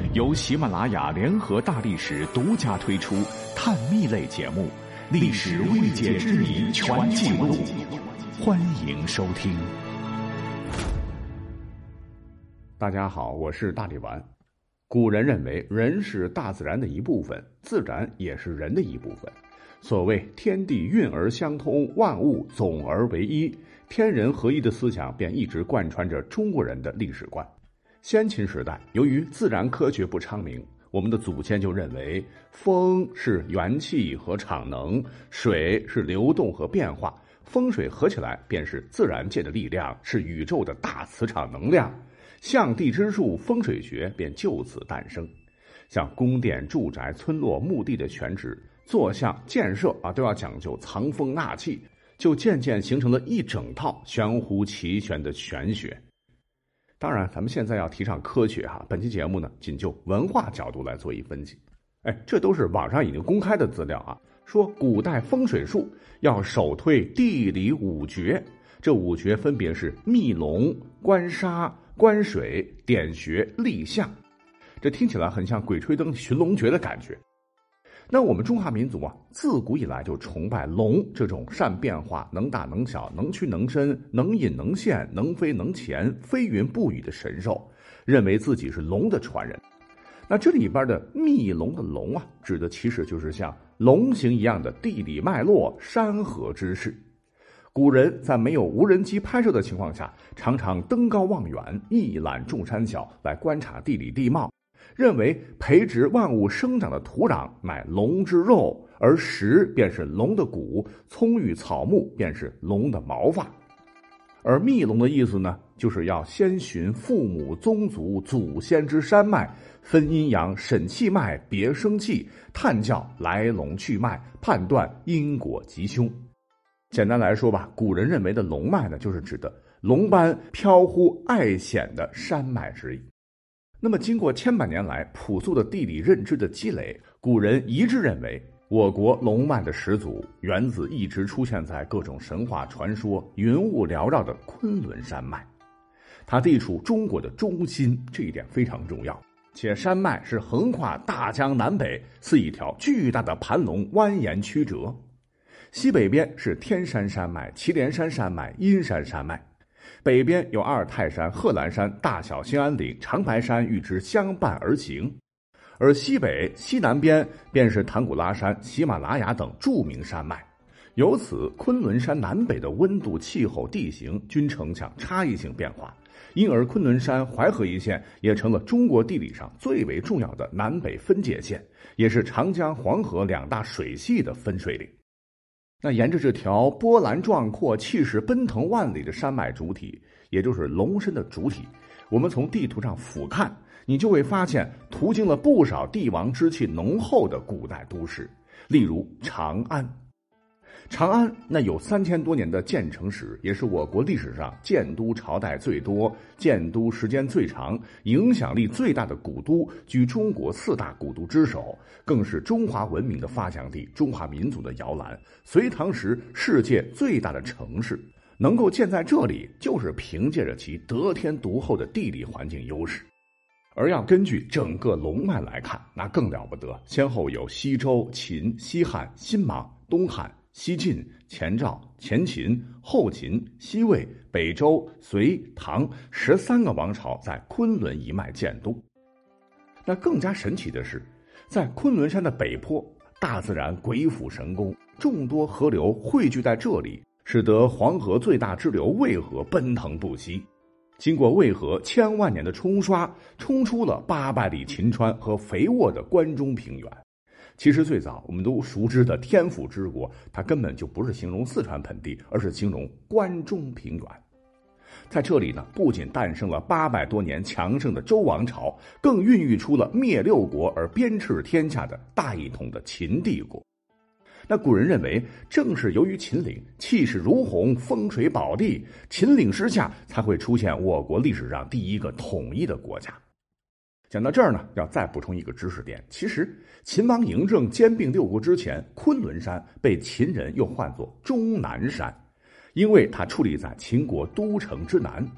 由喜马拉雅联合大历史独家推出探秘类节目《历史未解之谜全记录》，欢迎收听。 大家好，我是大力丸。古人认为人是大自然的一部分，自然也是人的一部分。所谓天地运而相通，万物总而为一，天人合一的思想便一直贯穿着中国人的历史观。先秦时代，由于自然科学不昌明，我们的祖先就认为风是元气和场能，水是流动和变化，风水合起来便是自然界的力量，是宇宙的大磁场能量。象地之术风水学便就此诞生。像宫殿、住宅、村落、墓地的选址、坐向、建设都要讲究藏风纳气，就渐渐形成了一整套玄乎其玄的玄学。当然咱们现在要提倡科学本期节目呢仅就文化角度来做一分析。这都是网上已经公开的资料说古代风水术要首推地理五诀，这五诀分别是密龙、观沙、观水、点穴、立象。这听起来很像鬼吹灯寻龙诀的感觉。那我们中华民族自古以来就崇拜龙这种善变化、能大能小、能屈能伸、能隐能现、能飞能潜、飞云不雨的神兽，认为自己是龙的传人。那这里边的密龙的龙指的其实就是像龙形一样的地理脉络、山河之势。古人在没有无人机拍摄的情况下，常常登高望远，一览众山小，来观察地理地貌，认为培植万物生长的土壤乃龙之肉，而石便是龙的骨，葱郁草木便是龙的毛发。而密龙的意思呢，就是要先寻父母宗族祖先之山脉，分阴阳审气脉，别生气，探教来龙去脉，判断因果吉凶。简单来说古人认为的龙脉呢，就是指的龙般飘忽爱显的山脉之意。那么经过千百年来朴素的地理认知的积累，古人一致认为我国龙脉的始祖源自一直出现在各种神话传说、云雾缭绕的昆仑山脉。它地处中国的中心，这一点非常重要，且山脉是横跨大江南北，似一条巨大的盘龙蜿蜒曲折。西北边是天山山脉、祁连山山脉、阴山山脉，北边有阿尔泰山、贺兰山、大小兴安岭、长白山与之相伴而行，而西北、西南边便是唐古拉山、喜马拉雅等著名山脉。由此，昆仑山南北的温度、气候、地形均呈现差异性变化，因而昆仑山淮河一线也成了中国地理上最为重要的南北分界线，也是长江、黄河两大水系的分水岭。那沿着这条波澜壮阔、气势奔腾万里的山脉主体，也就是龙身的主体，我们从地图上俯瞰，你就会发现途经了不少帝王之气浓厚的古代都市，例如长安。长安那有3000多年的建成史，也是我国历史上建都朝代最多、建都时间最长、影响力最大的古都，居中国4大古都之首，更是中华文明的发祥地、中华民族的摇篮，隋唐时世界最大的城市。能够建在这里，就是凭借着其得天独厚的地理环境优势。而要根据整个龙脉来看，那更了不得，先后有西周、秦、西汉、新莽、东汉、西晋、前赵、前秦、后秦、西魏、北周、隋、唐13个王朝在昆仑一脉建都。那更加神奇的是，在昆仑山的北坡，大自然鬼斧神工，众多河流汇聚在这里，使得黄河最大支流渭河奔腾不息。经过渭河1000万年的冲刷，冲出了800里秦川和肥沃的关中平原。其实最早我们都熟知的天府之国，它根本就不是形容四川盆地，而是形容关中平原。在这里呢，不仅诞生了800多年强盛的周王朝，更孕育出了灭6国而鞭笞天下的大一统的秦帝国。那古人认为，正是由于秦岭气势如虹、风水宝地，秦岭之下才会出现我国历史上第一个统一的国家。讲到这儿呢，要再补充一个知识点，其实秦王嬴政兼并6国之前，昆仑山被秦人又唤作终南山，因为它矗立在秦国都城之南。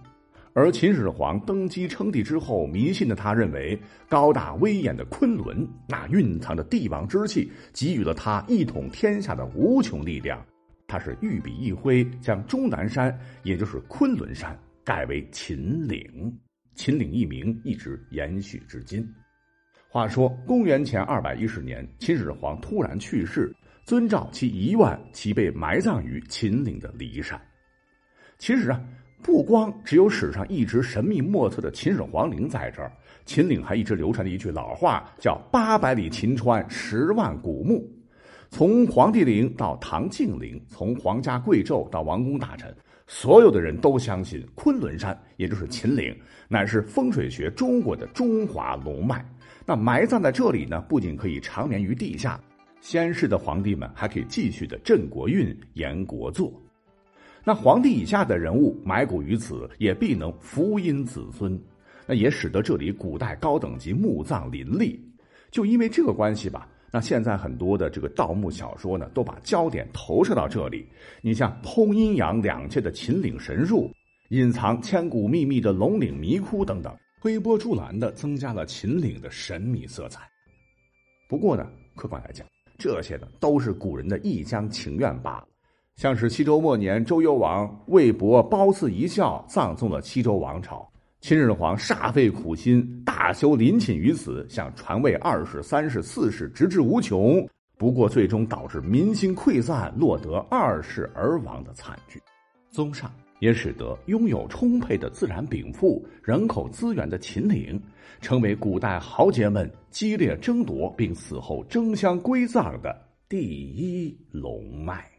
而秦始皇登基称帝之后，迷信的他认为高大威严的昆仑那蕴藏着帝王之气，给予了他一统天下的无穷力量。他是御笔一挥，将终南山，也就是昆仑山改为秦岭，秦岭一名一直延续至今。话说公元前210年，秦始皇突然去世，遵照其遗愿，其被埋葬于秦岭的骊山。其实不光只有史上一直神秘莫测的秦始皇陵在这儿，秦岭还一直流传着一句老话，叫800里秦川10万古墓。从皇帝陵到唐敬陵，从皇家贵胄到王公大臣，所有的人都相信昆仑山，也就是秦岭，乃是风水学中国的中华龙脉。那埋葬在这里呢，不仅可以长眠于地下，先世的皇帝们还可以继续的镇国运、延国祚。那皇帝以下的人物埋骨于此，也必能福荫子孙，那也使得这里古代高等级墓葬林立。就因为这个关系吧，那现在很多的这个盗墓小说呢，都把焦点投射到这里。你像通阴阳两界的秦岭神树，隐藏千古秘密的龙岭迷窟等等，推波助澜的增加了秦岭的神秘色彩。不过呢，客观来讲，这些呢都是古人的一厢情愿罢了。像是西周末年，周幽王魏博褒姒一笑，葬送了西周王朝。秦始皇煞费苦心，大修陵寝于此，想传位2世、3世、4世，直至无穷。不过最终导致民心溃散，落得2世而亡的惨剧。综上，也使得拥有充沛的自然禀赋、人口资源的秦岭，成为古代豪杰们激烈争夺并死后争相归葬的第一龙脉。